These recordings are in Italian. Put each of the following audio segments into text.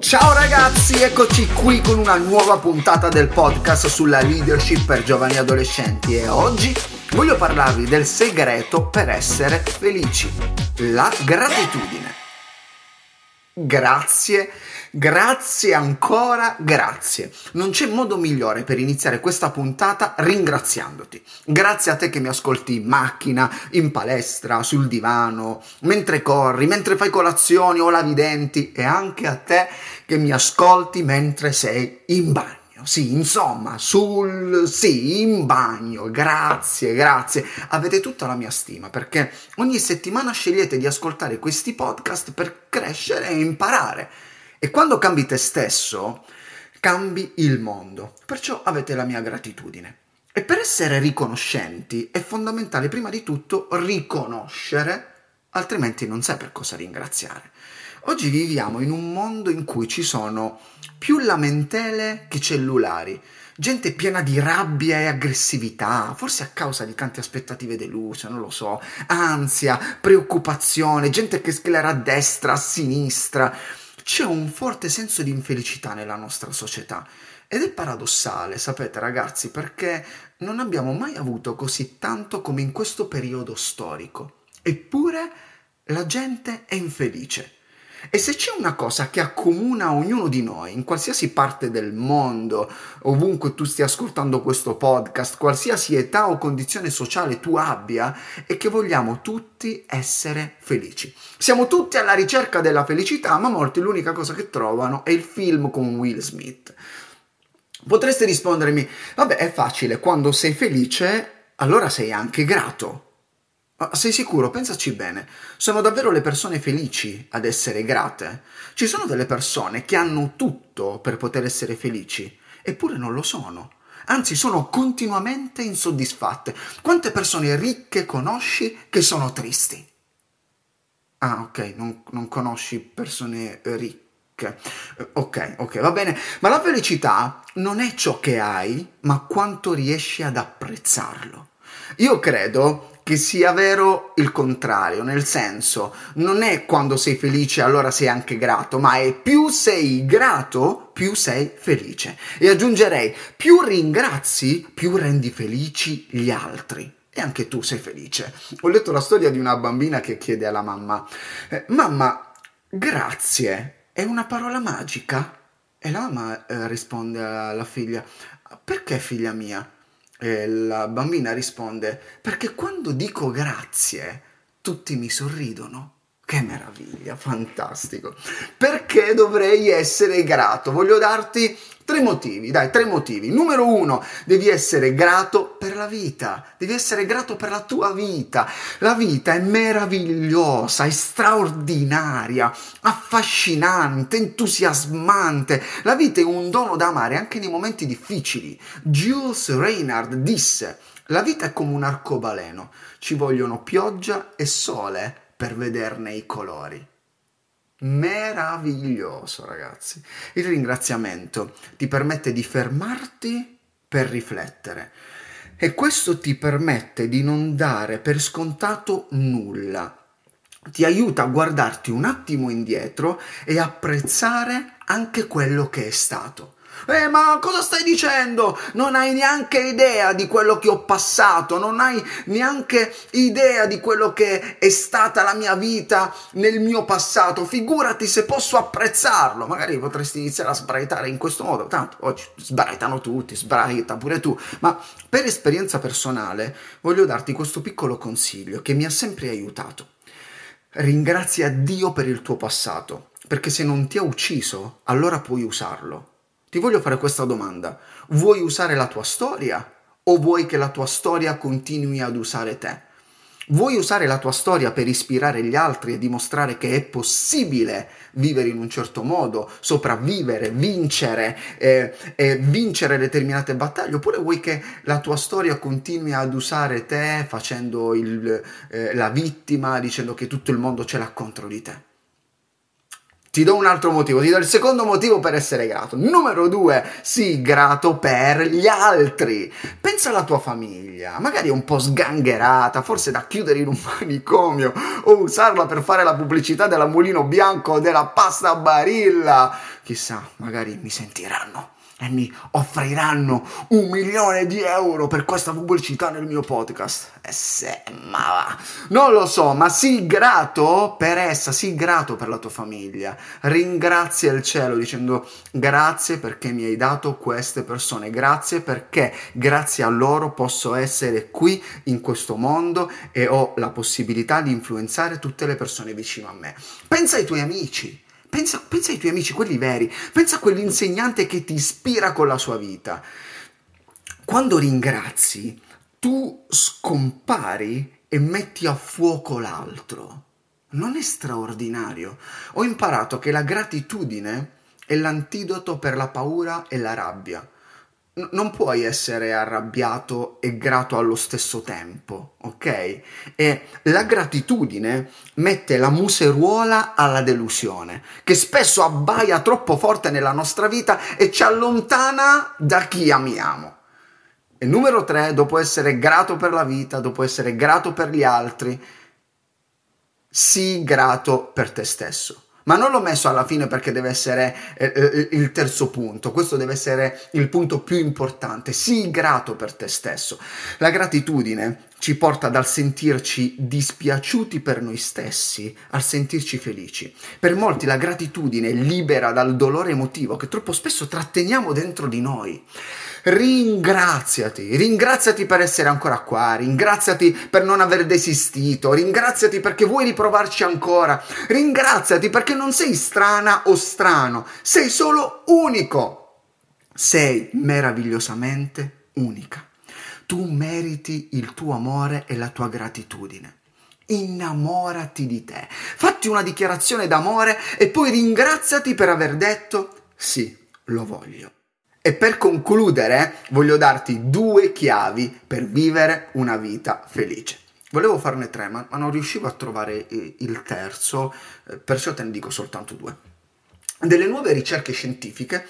Ciao ragazzi, eccoci qui con una nuova puntata del podcast sulla leadership per giovani adolescenti e oggi voglio parlarvi del segreto per essere felici, la gratitudine. Grazie ancora, grazie. Non c'è modo migliore per iniziare questa puntata ringraziandoti. Grazie a te che mi ascolti in macchina, in palestra, sul divano, mentre corri, mentre fai colazioni o lavi i denti e anche a te che mi ascolti mentre sei in bagno. Sì, insomma, in bagno. Grazie. Avete tutta la mia stima perché ogni settimana scegliete di ascoltare questi podcast per crescere e imparare. E quando cambi te stesso, cambi il mondo. Perciò avete la mia gratitudine. E per essere riconoscenti è fondamentale prima di tutto riconoscere, altrimenti non sai per cosa ringraziare. Oggi viviamo in un mondo in cui ci sono più lamentele che cellulari, gente piena di rabbia e aggressività, forse a causa di tante aspettative deluse, non lo so, ansia, preoccupazione, gente che sclera a destra, a sinistra. C'è un forte senso di infelicità nella nostra società ed è paradossale, sapete ragazzi, perché non abbiamo mai avuto così tanto come in questo periodo storico. Eppure la gente è infelice. E se c'è una cosa che accomuna ognuno di noi, in qualsiasi parte del mondo, ovunque tu stia ascoltando questo podcast, qualsiasi età o condizione sociale tu abbia, è che vogliamo tutti essere felici. Siamo tutti alla ricerca della felicità, ma molti l'unica cosa che trovano è il film con Will Smith. Potreste rispondermi, vabbè, è facile, quando sei felice, allora sei anche grato. Ma sei sicuro? Pensaci bene. Sono davvero le persone felici ad essere grate? Ci sono delle persone che hanno tutto per poter essere felici, eppure non lo sono. Anzi, sono continuamente insoddisfatte. Quante persone ricche conosci che sono tristi? Ah, ok, non conosci persone ricche. Ok, va bene. Ma la felicità non è ciò che hai, ma quanto riesci ad apprezzarlo. Io credo che sia vero il contrario, nel senso, non è quando sei felice allora sei anche grato, ma è più sei grato, più sei felice. E aggiungerei, più ringrazi, più rendi felici gli altri. E anche tu sei felice. Ho letto la storia di una bambina che chiede alla mamma, mamma, grazie è una parola magica? E la mamma risponde alla figlia, perché figlia mia? E la bambina risponde, perché quando dico grazie tutti mi sorridono. Che meraviglia, fantastico. Perché dovrei essere grato? Voglio darti tre motivi. Numero 1, devi essere grato per la vita, devi essere grato per la tua vita. La vita è meravigliosa, è straordinaria, affascinante, entusiasmante. La vita è un dono da amare anche nei momenti difficili. Jules Reinhard disse, la vita è come un arcobaleno, ci vogliono pioggia e sole per vederne i colori. Meraviglioso, ragazzi. Il ringraziamento ti permette di fermarti per riflettere e questo ti permette di non dare per scontato nulla. Ti aiuta a guardarti un attimo indietro e apprezzare anche quello che è stato. Ma cosa stai dicendo? Non hai neanche idea di quello che ho passato, non hai neanche idea di quello che è stata la mia vita nel mio passato, figurati se posso apprezzarlo. Magari potresti iniziare a sbraitare in questo modo, tanto oggi sbraitano tutti, sbraita pure tu, ma per esperienza personale voglio darti questo piccolo consiglio che mi ha sempre aiutato. Ringrazia Dio per il tuo passato, perché se non ti ha ucciso, allora puoi usarlo. Ti voglio fare questa domanda. Vuoi usare la tua storia o vuoi che la tua storia continui ad usare te? Vuoi usare la tua storia per ispirare gli altri e dimostrare che è possibile vivere in un certo modo, sopravvivere, vincere vincere determinate battaglie? Oppure vuoi che la tua storia continui ad usare te facendo la vittima, dicendo che tutto il mondo ce l'ha contro di te? Ti do un altro motivo, ti do il secondo motivo per essere grato. Numero 2, sii grato per gli altri. Pensa alla tua famiglia, magari un po' sgangherata, forse da chiudere in un manicomio o usarla per fare la pubblicità della Mulino Bianco o della pasta a Barilla. Chissà, magari mi sentiranno e mi offriranno 1.000.000 di euro per questa pubblicità nel mio podcast. Ma va. Non lo so, ma sii grato per essa, sii grato per la tua famiglia. Ringrazia il cielo dicendo grazie perché mi hai dato queste persone, grazie perché grazie a loro posso essere qui in questo mondo e ho la possibilità di influenzare tutte le persone vicino a me. Pensa ai tuoi amici. Pensa ai tuoi amici, quelli veri. Pensa a quell'insegnante che ti ispira con la sua vita. Quando ringrazi, tu scompari e metti a fuoco l'altro. Non è straordinario? Ho imparato che la gratitudine è l'antidoto per la paura e la rabbia. Non puoi essere arrabbiato e grato allo stesso tempo, ok? E la gratitudine mette la museruola alla delusione, che spesso abbaia troppo forte nella nostra vita e ci allontana da chi amiamo. E numero 3, dopo essere grato per la vita, dopo essere grato per gli altri, sii grato per te stesso. Ma non l'ho messo alla fine perché deve essere il terzo punto, questo deve essere il punto più importante. Sii grato per te stesso. La gratitudine ci porta dal sentirci dispiaciuti per noi stessi al sentirci felici. Per molti la gratitudine libera dal dolore emotivo che troppo spesso tratteniamo dentro di noi. Ringraziati per essere ancora qua, ringraziati per non aver desistito, ringraziati perché vuoi riprovarci ancora, ringraziati perché non sei strana o strano, sei solo unico, sei meravigliosamente unica. Tu meriti il tuo amore e la tua gratitudine. Innamorati di te, fatti una dichiarazione d'amore e poi ringraziati per aver detto sì, lo voglio. E per concludere, voglio darti 2 chiavi per vivere una vita felice. Volevo farne 3, ma non riuscivo a trovare il terzo, perciò te ne dico soltanto 2. Delle nuove ricerche scientifiche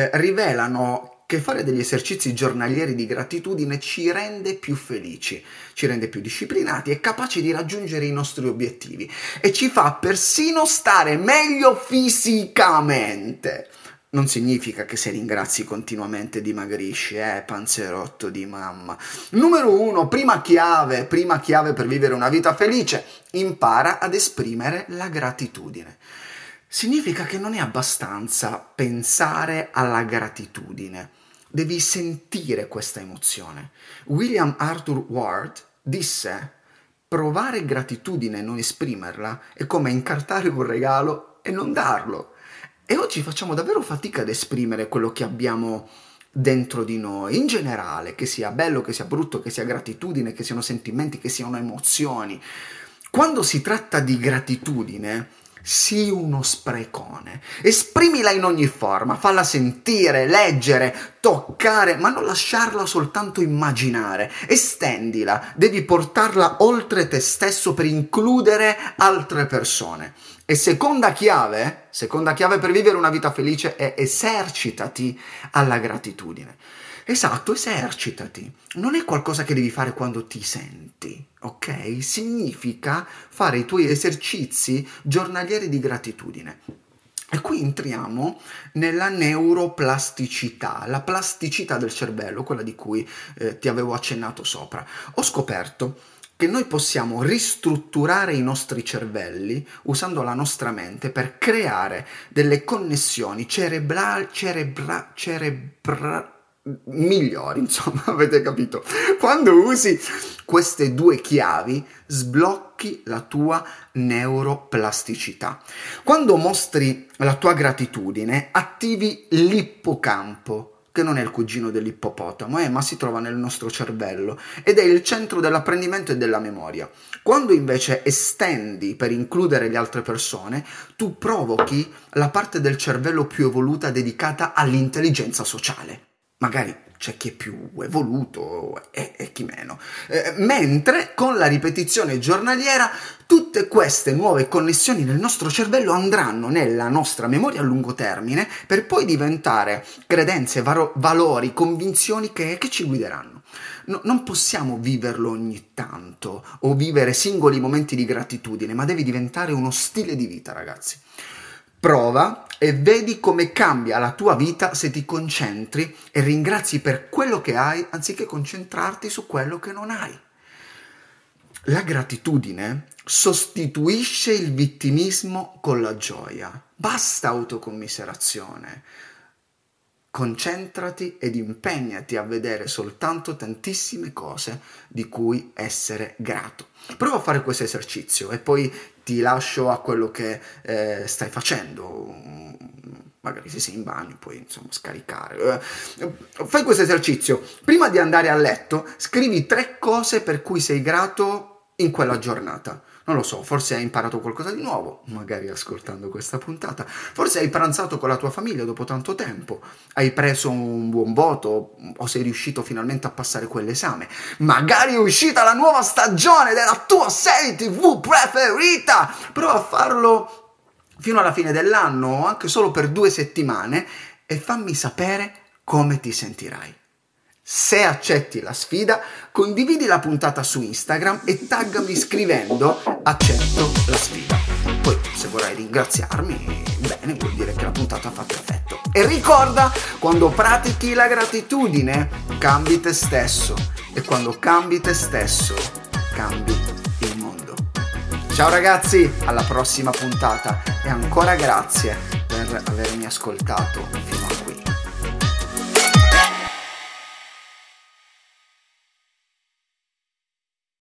rivelano che fare degli esercizi giornalieri di gratitudine ci rende più felici, ci rende più disciplinati e capaci di raggiungere i nostri obiettivi e ci fa persino stare meglio fisicamente. Non significa che se ringrazi continuamente dimagrisci, panzerotto di mamma. Numero 1, prima chiave per vivere una vita felice, impara ad esprimere la gratitudine. Significa che non è abbastanza pensare alla gratitudine, devi sentire questa emozione. William Arthur Ward disse: provare gratitudine e non esprimerla è come incartare un regalo e non darlo. E oggi facciamo davvero fatica ad esprimere quello che abbiamo dentro di noi, in generale, che sia bello, che sia brutto, che sia gratitudine, che siano sentimenti, che siano emozioni. Quando si tratta di gratitudine, sii uno sprecone, esprimila in ogni forma, falla sentire, leggere, toccare, ma non lasciarla soltanto immaginare, estendila, devi portarla oltre te stesso per includere altre persone. E seconda chiave per vivere una vita felice è esercitati alla gratitudine. Esatto, esercitati. Non è qualcosa che devi fare quando ti senti, ok? Significa fare i tuoi esercizi giornalieri di gratitudine. E qui entriamo nella neuroplasticità, la plasticità del cervello, quella di cui ti avevo accennato sopra. Ho scoperto che noi possiamo ristrutturare i nostri cervelli usando la nostra mente per creare delle connessioni migliori, insomma, avete capito? Quando usi queste 2 chiavi, sblocchi la tua neuroplasticità. Quando mostri la tua gratitudine, attivi l'ippocampo, che non è il cugino dell'ippopotamo, ma si trova nel nostro cervello ed è il centro dell'apprendimento e della memoria. Quando invece estendi per includere le altre persone, tu provochi la parte del cervello più evoluta dedicata all'intelligenza sociale. Magari c'è chi è più evoluto e chi meno. Mentre con la ripetizione giornaliera tutte queste nuove connessioni nel nostro cervello andranno nella nostra memoria a lungo termine per poi diventare credenze, valori, convinzioni che ci guideranno. Non possiamo viverlo ogni tanto o vivere singoli momenti di gratitudine, ma devi diventare uno stile di vita, ragazzi. Prova e vedi come cambia la tua vita se ti concentri e ringrazi per quello che hai anziché concentrarti su quello che non hai. La gratitudine sostituisce il vittimismo con la gioia. Basta autocommiserazione. Concentrati ed impegnati a vedere soltanto tantissime cose di cui essere grato. Prova a fare questo esercizio e poi ti lascio a quello che stai facendo. Magari se sei in bagno puoi insomma scaricare. Fai questo esercizio. Prima di andare a letto scrivi 3 cose per cui sei grato in quella giornata. Non lo so, forse hai imparato qualcosa di nuovo, magari ascoltando questa puntata. Forse hai pranzato con la tua famiglia dopo tanto tempo, hai preso un buon voto o sei riuscito finalmente a passare quell'esame. Magari è uscita la nuova stagione della tua serie TV preferita. Prova a farlo fino alla fine dell'anno o anche solo per 2 settimane e fammi sapere come ti sentirai. Se accetti la sfida, condividi la puntata su Instagram e taggami scrivendo accetto la sfida. Poi se vorrai ringraziarmi, bene, vuol dire che la puntata ha fatto effetto. E ricorda, quando pratichi la gratitudine, cambi te stesso. E quando cambi te stesso, cambi il mondo. Ciao ragazzi, alla prossima puntata e ancora grazie per avermi ascoltato.